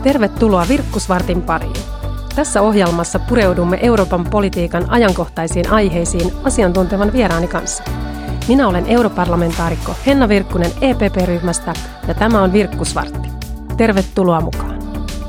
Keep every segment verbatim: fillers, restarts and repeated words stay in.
Tervetuloa Virkkusvartin pariin. Tässä ohjelmassa pureudumme Euroopan politiikan ajankohtaisiin aiheisiin asiantuntevan vieraani kanssa. Minä olen europarlamentaarikko Henna Virkkunen E P P-ryhmästä ja tämä on Virkkusvartti. Tervetuloa mukaan.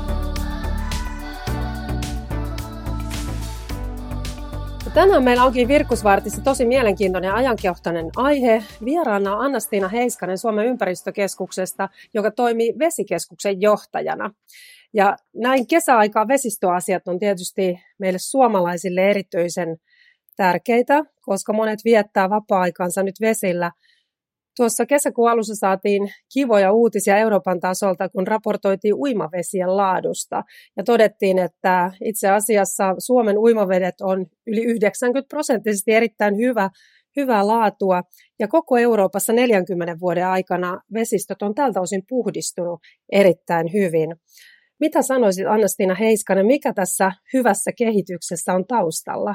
Tänään meillä onkin Virkkusvartissa tosi mielenkiintoinen ja ajankohtainen aihe. Vieraana on Anna-Stiina Heiskanen Suomen ympäristökeskuksesta, joka toimii Vesikeskuksen johtajana. Ja näin kesäaikaa vesistöasiat on tietysti meille suomalaisille erityisen tärkeitä, koska monet viettää vapaa-aikansa nyt vesillä. Tuossa kesäkuun alussa saatiin kivoja uutisia Euroopan tasolta, kun raportoitiin uimavesien laadusta. Ja todettiin, että itse asiassa Suomen uimavedet on yli yhdeksänkymmentä prosenttisesti erittäin hyvä, hyvää laatua. Ja koko Euroopassa neljänkymmenen vuoden aikana vesistöt on tältä osin puhdistunut erittäin hyvin. Mitä sanoisit, Anna-Stiina Heiskanen, mikä tässä hyvässä kehityksessä on taustalla?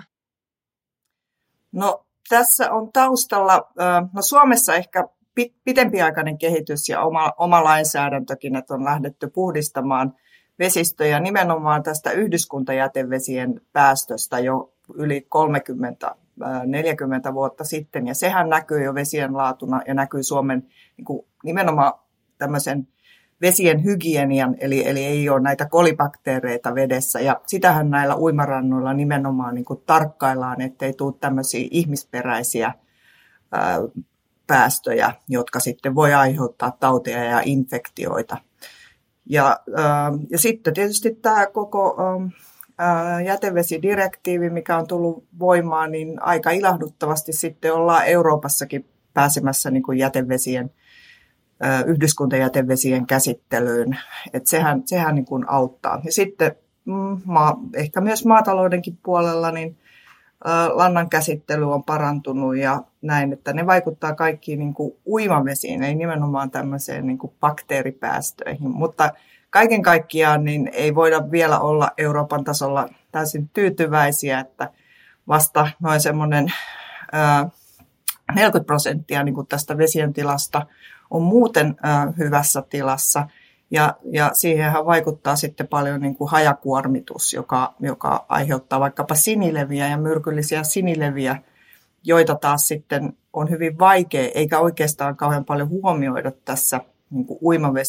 No tässä on taustalla, no Suomessa ehkä pitempiaikainen kehitys ja oma, oma lainsäädäntökin, että on lähdetty puhdistamaan vesistöjä nimenomaan tästä yhdyskuntajätevesien päästöstä jo yli kolmekymmentä neljäkymmentä vuotta sitten. Ja sehän näkyy jo vesien laatuna ja näkyy Suomen niin kuin nimenomaan tämmöisen vesien hygienian, eli, eli ei ole näitä kolibakteereita vedessä. Ja sitähän näillä uimarannoilla nimenomaan niin kuin tarkkaillaan, ettei tule tämmöisiä ihmisperäisiä ää, päästöjä, jotka sitten voi aiheuttaa tauteja ja infektioita. Ja, ää, ja sitten tietysti tämä koko ää, jätevesidirektiivi, mikä on tullut voimaan, niin aika ilahduttavasti sitten ollaan Euroopassakin pääsemässä niin kuin jätevesien yhdyskuntajätevesien käsittelyyn, että sehän, sehän niin kuin auttaa. Ja sitten maa, ehkä myös maataloudenkin puolella niin lannan käsittely on parantunut ja näin, että ne vaikuttaa kaikkiin niin kuin uimavesiin, ei nimenomaan tämmöiseen niin kuin bakteeripäästöihin. Mutta kaiken kaikkiaan niin ei voida vielä olla Euroopan tasolla täysin tyytyväisiä, että vasta noin semmoinen neljäkymmentä prosenttia niin kuin tästä vesien tilasta on muuten äh, hyvässä tilassa ja, ja siihenhän vaikuttaa sitten paljon niin kuin hajakuormitus, joka, joka aiheuttaa vaikkapa sinileviä ja myrkyllisiä sinileviä, joita taas sitten on hyvin vaikea eikä oikeastaan kauhean paljon huomioida tässä niin kuin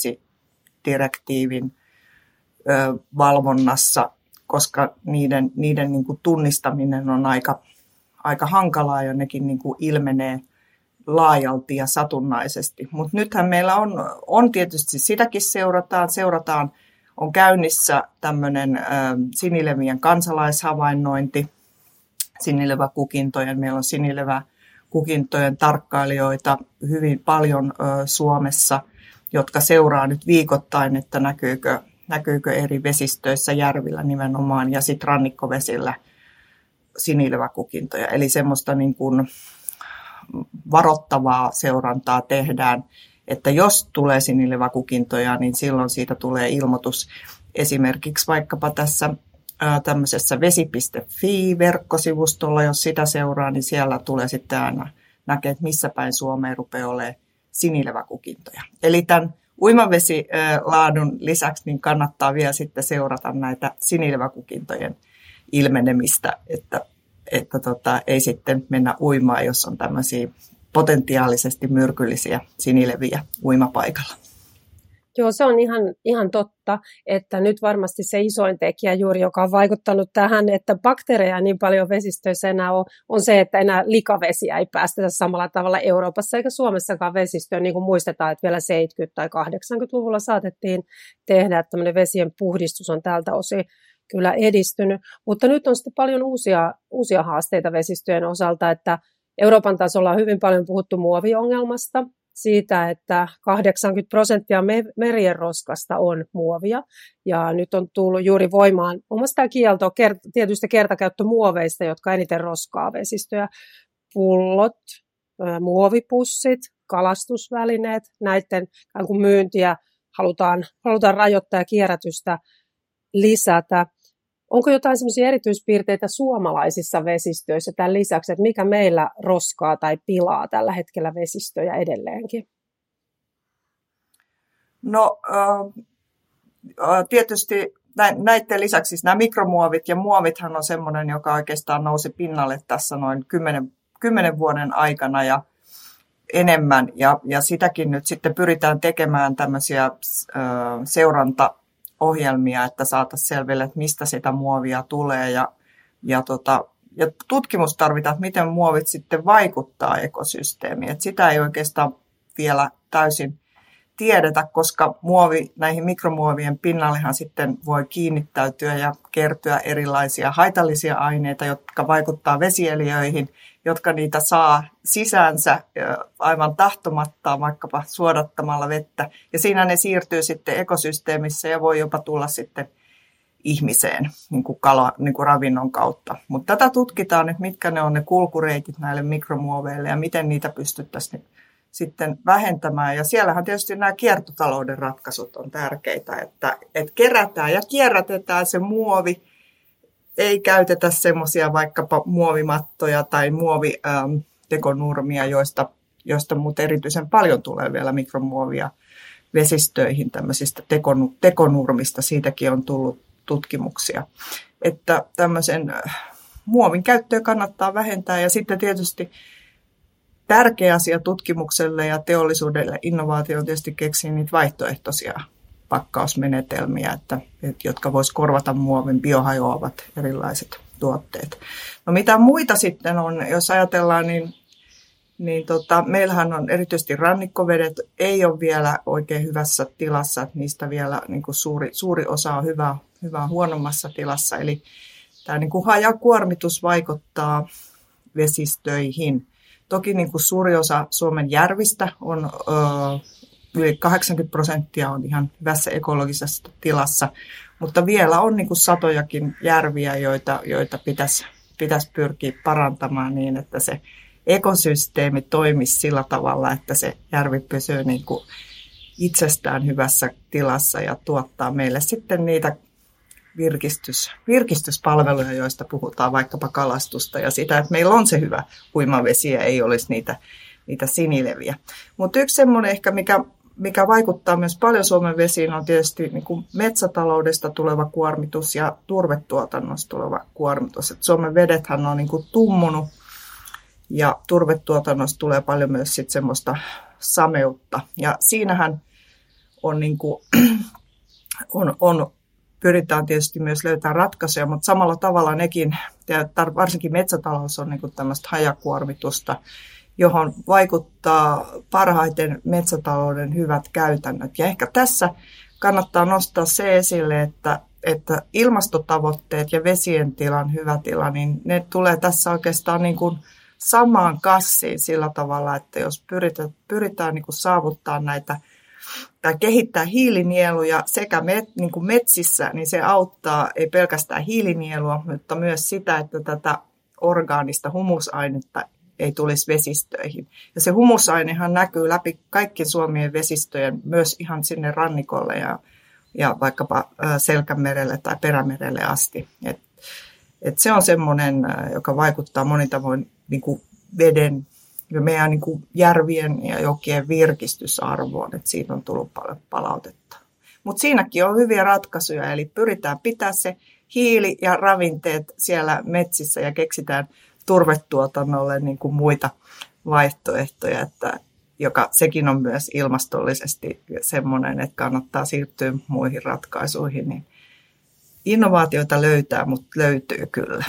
uimavesidirektiivin ö, valvonnassa, koska niiden, niiden niin kuin tunnistaminen on aika, aika hankalaa ja nekin niin kuin ilmenee laajalti ja satunnaisesti. Mutta nythän meillä on, on tietysti sitäkin seurataan. Seurataan, on käynnissä tämmöinen äh, sinilevien kansalaishavainnointi, sinileväkukintojen. Meillä on sinileväkukintojen tarkkailijoita hyvin paljon äh, Suomessa, jotka seuraa nyt viikoittain, että näkyykö, näkyykö eri vesistöissä, järvillä nimenomaan ja sitten rannikkovesillä sinileväkukintoja. Eli semmoista niin kuin varoittavaa seurantaa tehdään, että jos tulee sinileväkukintoja, niin silloin siitä tulee ilmoitus esimerkiksi vaikkapa tässä ää, tämmöisessä vesi piste fi-verkkosivustolla, jos sitä seuraa, niin siellä tulee sitten aina näkee, että missä päin Suomeen rupeaa olemaan sinileväkukintoja. Eli tämän uimavesilaadun lisäksi niin kannattaa vielä sitten seurata näitä sinileväkukintojen ilmenemistä, että että tota, ei sitten mennä uimaan, jos on tämmöisiä potentiaalisesti myrkyllisiä sinileviä uimapaikalla. Joo, se on ihan, ihan totta, että nyt varmasti se isoin tekijä juuri, joka on vaikuttanut tähän, että bakteereja niin paljon vesistöissä enää on, on se, että enää likavesiä ei päästetä samalla tavalla Euroopassa eikä Suomessakaan vesistöön, niin kuin muistetaan, että vielä seitsemänkymmentä- tai kahdeksankymmentäluvulla saatettiin tehdä, että tämmöinen vesien puhdistus on tältä osin kyllä edistynyt, mutta nyt on sitten paljon uusia, uusia haasteita vesistöjen osalta, että Euroopan tasolla on hyvin paljon puhuttu muoviongelmasta, siitä, että kahdeksankymmentä prosenttia merien roskasta on muovia, ja nyt on tullut juuri voimaan muun muassa tämä kielto tietysti kertakäyttömuoveista, jotka eniten roskaa vesistöjä, pullot, muovipussit, kalastusvälineet, näiden myyntiä halutaan, halutaan rajoittaa ja kierrätystä lisätä. Onko jotain sellaisia erityispiirteitä suomalaisissa vesistöissä tämän lisäksi, että mikä meillä roskaa tai pilaa tällä hetkellä vesistöjä edelleenkin? No tietysti näiden lisäksi siis nämä mikromuovit ja muovithan on semmoinen, joka oikeastaan nousi pinnalle tässä noin kymmenen, kymmenen vuoden aikana ja enemmän. Ja, ja sitäkin nyt sitten pyritään tekemään tämmöisiä ö, seurantaohjelmia, että saataisiin selville, että mistä sitä muovia tulee ja, ja, tota, ja tutkimus tarvitaan, että miten muovit sitten vaikuttaa ekosysteemiin. Että sitä ei oikeastaan vielä täysin tiedetä, koska muovi, näihin mikromuovien pinnallehan sitten voi kiinnittäytyä ja kertyä erilaisia haitallisia aineita, jotka vaikuttaa vesieliöihin, jotka niitä saa sisäänsä aivan tahtomattaan vaikkapa suodattamalla vettä. Ja siinä ne siirtyy sitten ekosysteemissä ja voi jopa tulla sitten ihmiseen niin kuin, kala, niin kuin ravinnon kautta. Mutta tätä tutkitaan, että mitkä ne on ne kulkureitit näille mikromuoveille ja miten niitä pystyttäisiin sitten vähentämään. Ja siellähän tietysti nämä kiertotalouden ratkaisut on tärkeitä, että, että kerätään ja kierrätetään se muovi. Ei käytetä semmoisia vaikkapa muovimattoja tai muovitekonurmia, joista, joista muuten erityisen paljon tulee vielä mikromuovia vesistöihin tämmöisistä tekonurmista. Siitäkin on tullut tutkimuksia. Että tämmöisen muovin käyttöä kannattaa vähentää ja sitten tietysti tärkeä asia tutkimukselle ja teollisuudelle innovaatio on tietysti keksiä niitä vaihtoehtoisia pakkausmenetelmiä, että, että, jotka vois korvata muovin biohajoavat erilaiset tuotteet. No mitä muita sitten on, jos ajatellaan, niin, niin tota, meillähän on erityisesti rannikkovedet, ei ole vielä oikein hyvässä tilassa, että niistä vielä niin kuin suuri, suuri osa on hyvä, hyvä huonommassa tilassa. Eli tämä niin kuin hajakuormitus vaikuttaa vesistöihin. Toki niin kuin suuri osa Suomen järvistä on, ö, yli kahdeksankymmentä prosenttia on ihan hyvässä ekologisessa tilassa, mutta vielä on niin kuin satojakin järviä, joita, joita pitäisi, pitäisi pyrkiä parantamaan niin, että se ekosysteemi toimisi sillä tavalla, että se järvi pysyy niin kuin itsestään hyvässä tilassa ja tuottaa meille sitten niitä Virkistys, virkistyspalveluja, joista puhutaan, vaikkapa kalastusta ja sitä, että meillä on se hyvä uimavesi ja ei olisi niitä, niitä sinileviä. Mutta yksi semmoinen ehkä, mikä, mikä vaikuttaa myös paljon Suomen vesiin, on tietysti niin kuin metsätaloudesta tuleva kuormitus ja turvetuotannosta tuleva kuormitus. Et Suomen vedethän on niin kuin tummunut ja turvetuotannosta tulee paljon myös sit semmoista sameutta. Ja siinähän on, niin kuin, on, on pyritään tietysti myös löytämään ratkaisuja, mutta samalla tavalla nekin, ja varsinkin metsätalous on niin kuin tämmöistä hajakuormitusta, johon vaikuttaa parhaiten metsätalouden hyvät käytännöt. Ja ehkä tässä kannattaa nostaa se esille, että, että ilmastotavoitteet ja vesien tilan hyvä tila, niin ne tulee tässä oikeastaan niin kuin samaan kassiin sillä tavalla, että jos pyritään, pyritään niin kuin saavuttaa näitä tai kehittää hiilinieluja sekä met, niin kuin metsissä, niin se auttaa ei pelkästään hiilinielua, mutta myös sitä, että tätä orgaanista humusainetta ei tulisi vesistöihin. Ja se humusainehan näkyy läpi kaikkien Suomen vesistöjen, myös ihan sinne rannikolle ja, ja vaikkapa Selkämerelle tai Perämerelle asti. Et, et se on semmoinen, joka vaikuttaa monin tavoin niin kuin veden ja meidän niin kuin järvien ja jokien virkistysarvoon, että siitä on tullut paljon palautetta. Mutta siinäkin on hyviä ratkaisuja, eli pyritään pitää se hiili ja ravinteet siellä metsissä ja keksitään turvetuotannolle niin kuin muita vaihtoehtoja, että, joka sekin on myös ilmastollisesti semmoinen, että kannattaa siirtyä muihin ratkaisuihin. Niin innovaatioita löytää, mutta löytyy kyllä.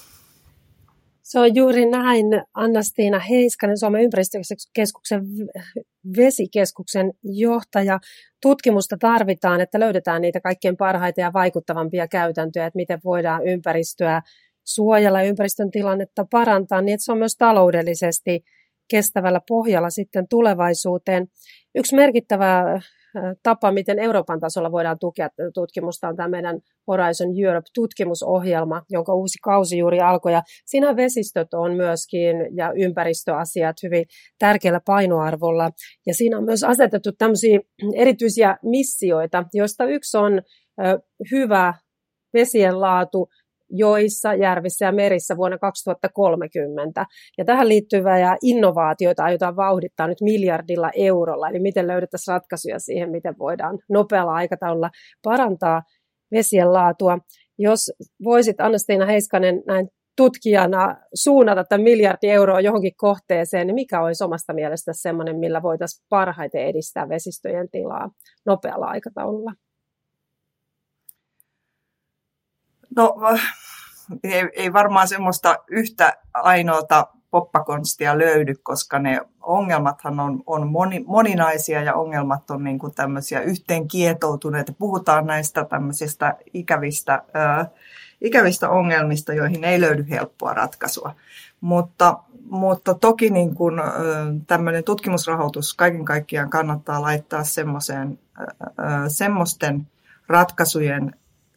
Se on juuri näin. Anna-Stiina Heiskanen, Suomen ympäristökeskuksen vesikeskuksen johtaja. Tutkimusta tarvitaan, että löydetään niitä kaikkein parhaita ja vaikuttavampia käytäntöjä, että miten voidaan ympäristöä suojella ja ympäristön tilannetta parantaa, niin että se on myös taloudellisesti kestävällä pohjalla sitten tulevaisuuteen. Yksi merkittävä tapa, miten Euroopan tasolla voidaan tukea tutkimusta, on tämä meidän Horizon Europe-tutkimusohjelma, jonka uusi kausi juuri alkoi. Ja siinä vesistöt on myöskin ja ympäristöasiat hyvin tärkeällä painoarvolla. Ja siinä on myös asetettu tämmöisiä erityisiä missioita, joista yksi on hyvä vesien laatu joissa, järvissä ja merissä vuonna kaksituhattakolmekymmentä. Ja tähän liittyviä innovaatioita aiotaan vauhdittaa nyt miljardilla eurolla, eli miten löydettäisiin ratkaisuja siihen, miten voidaan nopealla aikataululla parantaa vesien laatua. Jos voisit, Anna-Stiina Heiskanen, näin tutkijana suunnata tämän miljardi euroa johonkin kohteeseen, niin mikä olisi omasta mielestä semmoinen, millä voitaisiin parhaiten edistää vesistöjen tilaa nopealla aikataululla? No ei, ei varmaan semmoista yhtä ainoata poppakonstia löydy, koska ne ongelmathan on, on moni, moninaisia ja ongelmat on niin kuin tämmöisiä yhteen kietoutuneita. Puhutaan näistä tämmöisistä ikävistä, ää, ikävistä ongelmista, joihin ei löydy helppoa ratkaisua. Mutta, mutta toki niin kuin, ää, tämmöinen tutkimusrahoitus kaiken kaikkiaan kannattaa laittaa semmoiseen, ää, semmoisten ratkaisujen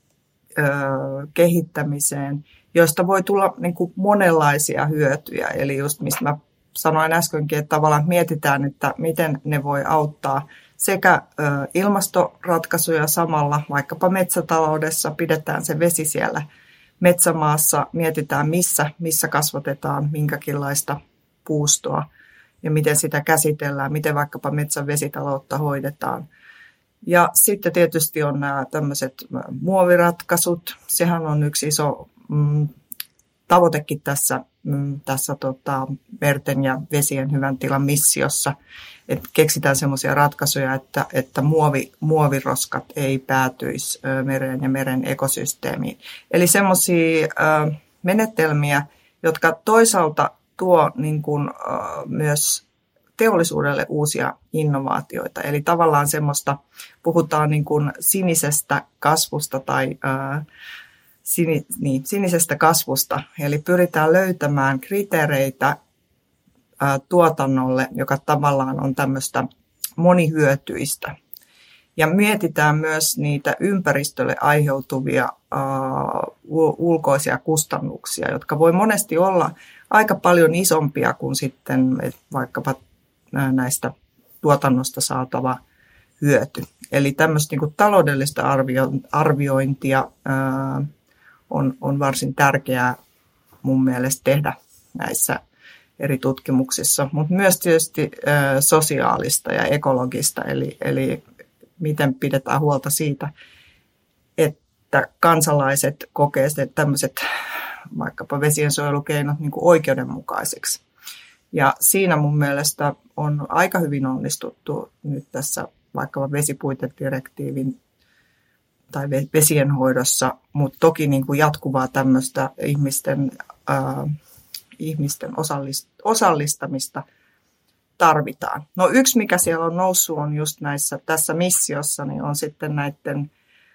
kehittämiseen, joista voi tulla niin kuin monenlaisia hyötyjä. Eli just mistä mä sanoin äskenkin, että tavallaan mietitään, että miten ne voi auttaa sekä ilmastoratkaisuja samalla, vaikkapa metsätaloudessa pidetään se vesi siellä metsämaassa, mietitään missä, missä kasvatetaan minkäkinlaista puustoa ja miten sitä käsitellään, miten vaikkapa metsän vesitaloutta hoidetaan. Ja sitten tietysti on nämä tämmöiset muoviratkaisut. Sehän on yksi iso mm, tavoitekin tässä, mm, tässä tota, merten ja vesien hyvän tilan missiossa. Että keksitään semmoisia ratkaisuja, että, että muovi, muoviroskat ei päätyisi ö, mereen ja meren ekosysteemiin. Eli semmoisia ö, menetelmiä, jotka toisaalta tuo niin kun, ö, myös teollisuudelle uusia innovaatioita. Eli tavallaan semmoista, puhutaan niin kuin sinisestä kasvusta tai ää, sini, niin, sinisestä kasvusta. Eli pyritään löytämään kriteereitä ää, tuotannolle, joka tavallaan on tämmöistä monihyötyistä. Ja mietitään myös niitä ympäristölle aiheutuvia ää, ulkoisia kustannuksia, jotka voi monesti olla aika paljon isompia kuin sitten vaikkapa näistä tuotannosta saatava hyöty. Eli tämmöistä niin kuin taloudellista arvio, arviointia ää, on, on varsin tärkeää mun mielestä tehdä näissä eri tutkimuksissa, mutta myös tietysti ää, sosiaalista ja ekologista, eli, eli miten pidetään huolta siitä, että kansalaiset kokee tämmöiset vaikkapa vesiensuojelukeinot niin kuin oikeudenmukaiseksi. Ja siinä mun mielestä on aika hyvin onnistuttu nyt tässä vaikkapa vesipuitedirektiivin tai vesienhoidossa, mutta toki niin kuin jatkuvaa tämmöistä ihmisten, ää, ihmisten osallistamista tarvitaan. No yksi, mikä siellä on noussut, on just näissä, tässä missiossa, niin on sitten näiden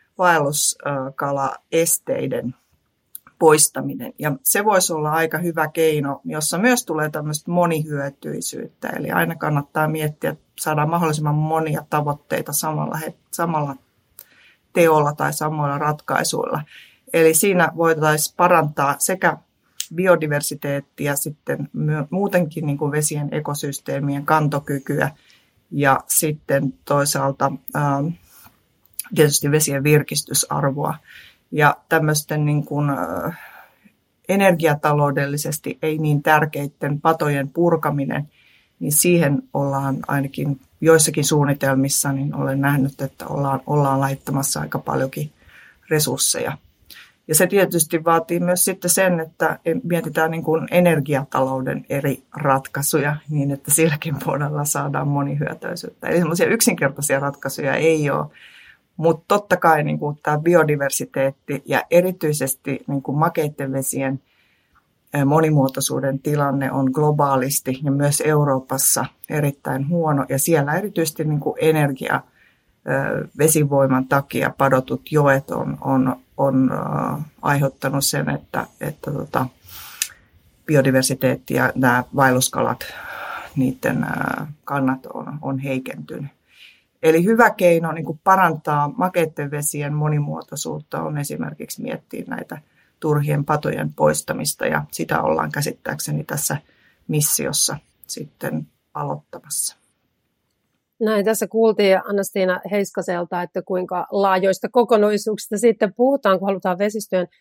vaelluskalaesteiden poistaminen. Ja se voisi olla aika hyvä keino, jossa myös tulee tämmöistä monihyötyisyyttä. Eli aina kannattaa miettiä, että saadaan mahdollisimman monia tavoitteita samalla, samalla teolla tai samoilla ratkaisuilla. Eli siinä voitaisiin parantaa sekä biodiversiteettiä, sitten muutenkin niin kuin vesien ekosysteemien kantokykyä ja sitten toisaalta ää, tietysti vesien virkistysarvoa. Ja tämmöisten niin kuin, ä, energiataloudellisesti ei niin tärkeiden patojen purkaminen, niin siihen ollaan ainakin joissakin suunnitelmissa, niin olen nähnyt, että ollaan, ollaan laittamassa aika paljonkin resursseja. Ja se tietysti vaatii myös sitten sen, että mietitään niin kuin energiatalouden eri ratkaisuja niin, että silläkin puolella saadaan monihyötyisyyttä. Eli semmoisia yksinkertaisia ratkaisuja ei ole. Mutta totta kai niin kuin tämä biodiversiteetti ja erityisesti niin kuin makeiden vesien monimuotoisuuden tilanne on globaalisti ja myös Euroopassa erittäin huono. Ja siellä erityisesti niin kuin energia, vesivoiman takia padotut joet on, on, on aiheuttanut sen, että, että tota, biodiversiteetti ja nämä vaelluskalat, niiden kannat on, on heikentynyt. Eli hyvä keino niin kuin parantaa makeiden vesien monimuotoisuutta on esimerkiksi miettiä näitä turhien patojen poistamista, ja sitä ollaan käsittääkseni tässä missiossa sitten aloittamassa. Näin tässä kuultiin Anna-Stiina Heiskaselta, että kuinka laajoista kokonaisuuksista sitten puhutaan, kun halutaan vesistöjen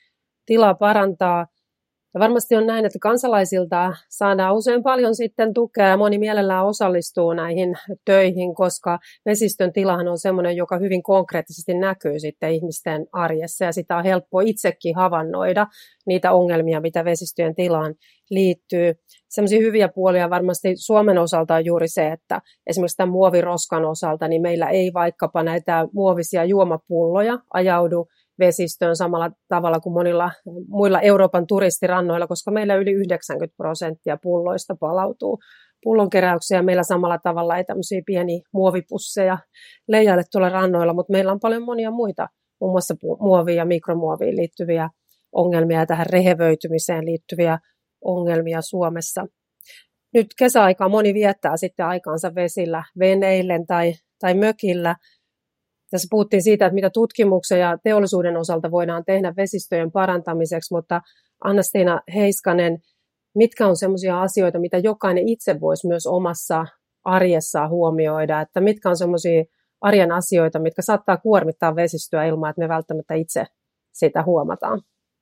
tilaa parantaa. Ja varmasti on näin, että kansalaisilta saadaan usein paljon sitten tukea ja moni mielellään osallistuu näihin töihin, koska vesistön tilahan on sellainen, joka hyvin konkreettisesti näkyy sitten ihmisten arjessa ja sitä on helppo itsekin havainnoida niitä ongelmia, mitä vesistöjen tilaan liittyy. Sellaisia hyviä puolia varmasti Suomen osalta on juuri se, että esimerkiksi tämän muoviroskan osalta niin meillä ei vaikkapa näitä muovisia juomapulloja ajaudu vesistöön samalla tavalla kuin monilla muilla Euroopan turistirannoilla, koska meillä yli yhdeksänkymmentä prosenttia pulloista palautuu pullonkeräyksiä. Meillä samalla tavalla ei tämmöisiä pieniä muovipusseja leijaile tuolla rannoilla, mutta meillä on paljon monia muita, muun muassa muoviin ja mikromuoviin liittyviä ongelmia ja tähän rehevöitymiseen liittyviä ongelmia Suomessa. Nyt kesäaikaa moni viettää sitten aikaansa vesillä veneillen tai, tai mökillä. Tässä puhuttiin siitä, että mitä tutkimuksen ja teollisuuden osalta voidaan tehdä vesistöjen parantamiseksi, mutta Anna-Stiina Heiskanen, mitkä on sellaisia asioita, mitä jokainen itse voisi myös omassa arjessaan huomioida, että mitkä on sellaisia arjen asioita, mitkä saattaa kuormittaa vesistöä ilman, että me välttämättä itse sitä huomataan?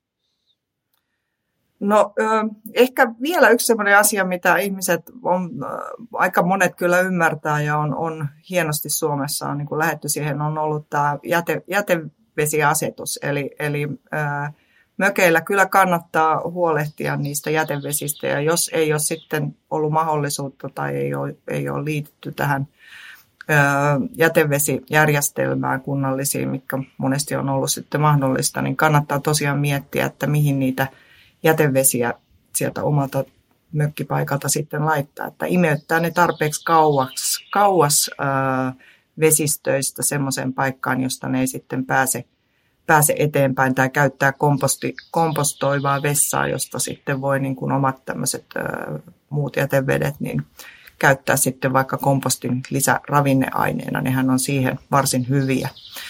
No ehkä vielä yksi sellainen asia, mitä ihmiset on, aika monet kyllä ymmärtää ja on, on hienosti Suomessa on niin kuin lähdetty siihen, on ollut tämä jäte, jätevesiasetus. Eli, eli ää, mökeillä kyllä kannattaa huolehtia niistä jätevesistä ja jos ei ole sitten ollut mahdollisuutta tai ei ole, ei ole liitetty tähän ää, jätevesijärjestelmään kunnallisiin, mikä monesti on ollut sitten mahdollista, niin kannattaa tosiaan miettiä, että mihin niitä jätevesiä sieltä omalta mökkipaikalta sitten laittaa, että imeyttää ne tarpeeksi kauas, kauas ää, vesistöistä semmoiseen paikkaan, josta ne ei sitten pääse, pääse eteenpäin tai käyttää komposti, kompostoivaa vessaa, josta sitten voi niin kuin omat tämmöiset ää, muut jätevedet niin käyttää sitten vaikka kompostin lisäravinneaineena, nehän on siihen varsin hyviä.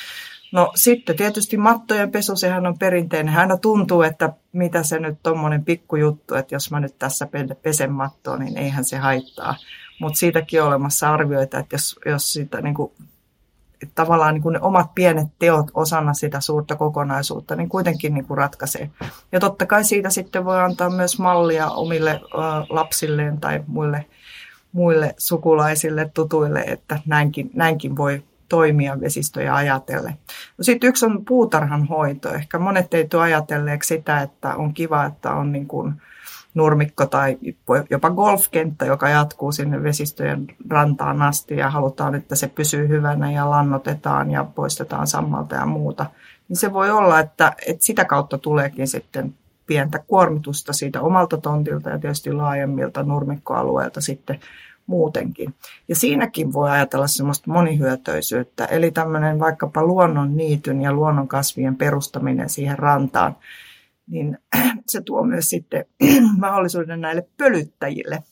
No sitten tietysti mattojen pesu, sehän on perinteinen. Aina tuntuu, että mitä se nyt tommonen pikkujuttu, että jos mä nyt tässä pesen mattoa, niin eihän se haittaa. Mutta siitäkin on olemassa arvioita, että jos, jos sitä niinku, että tavallaan niinku ne omat pienet teot osana sitä suurta kokonaisuutta, niin kuitenkin niinku ratkaisee. Ja totta kai siitä sitten voi antaa myös mallia omille ä, lapsilleen tai muille, muille sukulaisille, tutuille, että näinkin, näinkin voi toimia vesistöjä ajatellen. No sitten yksi on puutarhan hoito. Ehkä monet ei tule ajatelleeksi sitä, että on kiva, että on niin kuin nurmikko tai jopa golfkenttä, joka jatkuu sinne vesistöjen rantaan asti ja halutaan, että se pysyy hyvänä ja lannotetaan ja poistetaan sammalta ja muuta. Niin se voi olla, että, että sitä kautta tuleekin sitten pientä kuormitusta siitä omalta tontilta ja tietysti laajemmilta nurmikkoalueilta sitten muutenkin. Ja siinäkin voi ajatella semmoista monihyötyisyyttä, eli tämmöinen vaikkapa luonnon niityn ja luonnon kasvien perustaminen siihen rantaan, niin se tuo myös sitten mahdollisuuden näille pölyttäjille.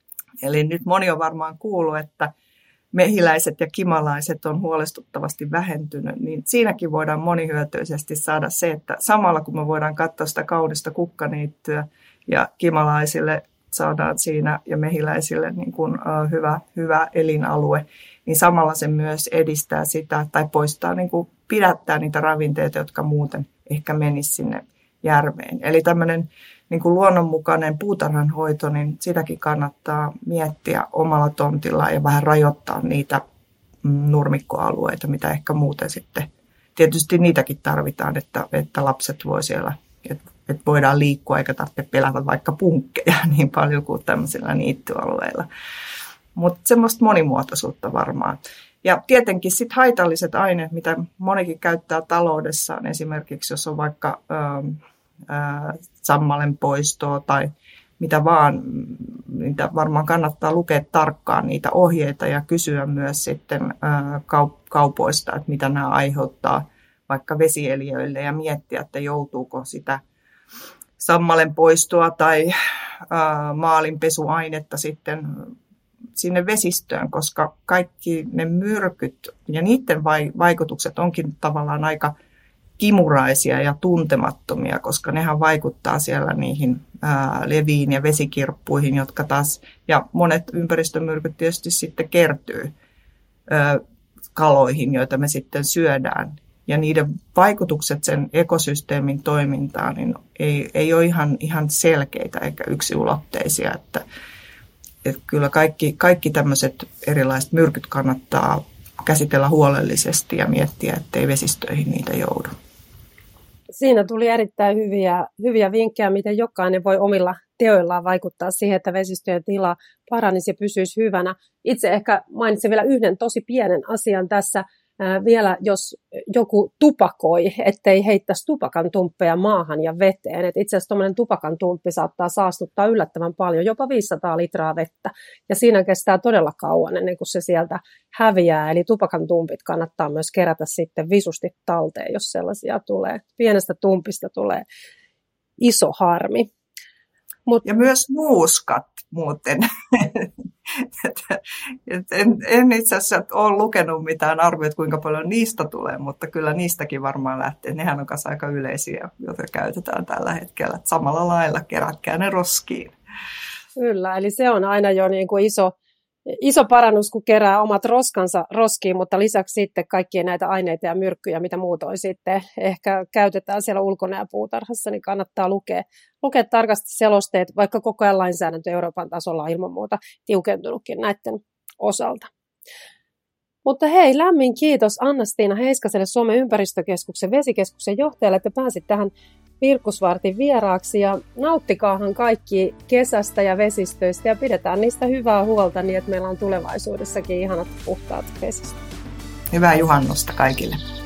Eli nyt moni on varmaan kuullut, että mehiläiset ja kimalaiset on huolestuttavasti vähentynyt, niin siinäkin voidaan monihyötyisesti saada se, että samalla kun me voidaan katsoa sitä kaunista kukkaniittyä ja kimalaisille saadaan siinä ja mehiläisille niin kuin, uh, hyvä, hyvä elinalue, niin samalla se myös edistää sitä tai poistaa, niin kuin, pidättää niitä ravinteita, jotka muuten ehkä menisivät sinne järveen. Eli tämmöinen niin kuin luonnonmukainen puutarhanhoito, niin sitäkin kannattaa miettiä omalla tontilla ja vähän rajoittaa niitä mm, nurmikkoalueita, mitä ehkä muuten sitten. Tietysti niitäkin tarvitaan, että, että lapset voi siellä, että, että voidaan liikkua eikä tarvitse pelätä vaikka punkkeja niin paljon kuin tämmöisillä niittyalueilla. Mutta semmoista monimuotoisuutta varmaan. Ja tietenkin sitten haitalliset aineet, mitä monikin käyttää taloudessaan, esimerkiksi jos on vaikka ö, sammalen poistoa tai mitä vaan, niitä varmaan kannattaa lukea tarkkaan niitä ohjeita ja kysyä myös sitten kaupoista, että mitä nämä aiheuttaa vaikka vesieliöille ja miettiä, että joutuuko sitä sammalen poistoa tai maalinpesuainetta sitten sinne vesistöön, koska kaikki ne myrkyt ja niiden vaikutukset onkin tavallaan aika kimuraisia ja tuntemattomia, koska nehän vaikuttaa siellä niihin ää, leviin ja vesikirppuihin, jotka taas, ja monet ympäristömyrkyt tietysti sitten kertyy ää, kaloihin, joita me sitten syödään. ja niiden vaikutukset sen ekosysteemin toimintaan niin ei, ei ole ihan, ihan selkeitä eikä yksioulotteisia. Että, että kyllä kaikki, kaikki tämmöiset erilaiset myrkyt kannattaa käsitellä huolellisesti ja miettiä, ettei vesistöihin niitä joudu. Siinä tuli erittäin hyviä, hyviä vinkkejä, miten jokainen voi omilla teoillaan vaikuttaa siihen, että vesistöjen tila paranisi ja pysyisi hyvänä. Itse ehkä mainitsin vielä yhden tosi pienen asian tässä. Ää, vielä jos joku tupakoi, ettei heittäisi tupakan tumppeja maahan ja veteen. Et itse asiassa tuommoinen tupakan tumppi saattaa saastuttaa yllättävän paljon, jopa viisisataa litraa vettä. Ja siinä kestää todella kauan ennen kuin se sieltä häviää. Eli tupakan tumpit kannattaa myös kerätä sitten visusti talteen, jos sellaisia tulee. Pienestä tumpista tulee iso harmi. Mut, ja myös nuuskat muuten. en, en itse asiassa ole lukenut mitään arvioita, kuinka paljon niistä tulee, mutta kyllä niistäkin varmaan lähtee. Nehän on kanssa aika yleisiä, joita käytetään tällä hetkellä. Samalla lailla kerätkää ne roskiin. Kyllä, eli se on aina jo niin kuin iso, iso parannus, kun kerää omat roskansa roskiin, mutta lisäksi sitten kaikkia näitä aineita ja myrkkyjä, mitä muutoin sitten ehkä käytetään siellä ulkona ja puutarhassa, niin kannattaa lukea, lukea tarkasti selosteet, vaikka koko ajan lainsäädäntö Euroopan tasolla on ilman muuta tiukentunutkin näiden osalta. Mutta hei, lämmin kiitos Anna-Stiina Heiskaselle, Suomen ympäristökeskuksen vesikeskuksen johtajalle, että pääsit tähän Virkkusvartin vieraaksi ja nauttikaahan kaikki kesästä ja vesistöistä ja pidetään niistä hyvää huolta niin, että meillä on tulevaisuudessakin ihanat puhtaat vesistöt. Hyvää juhannusta kaikille.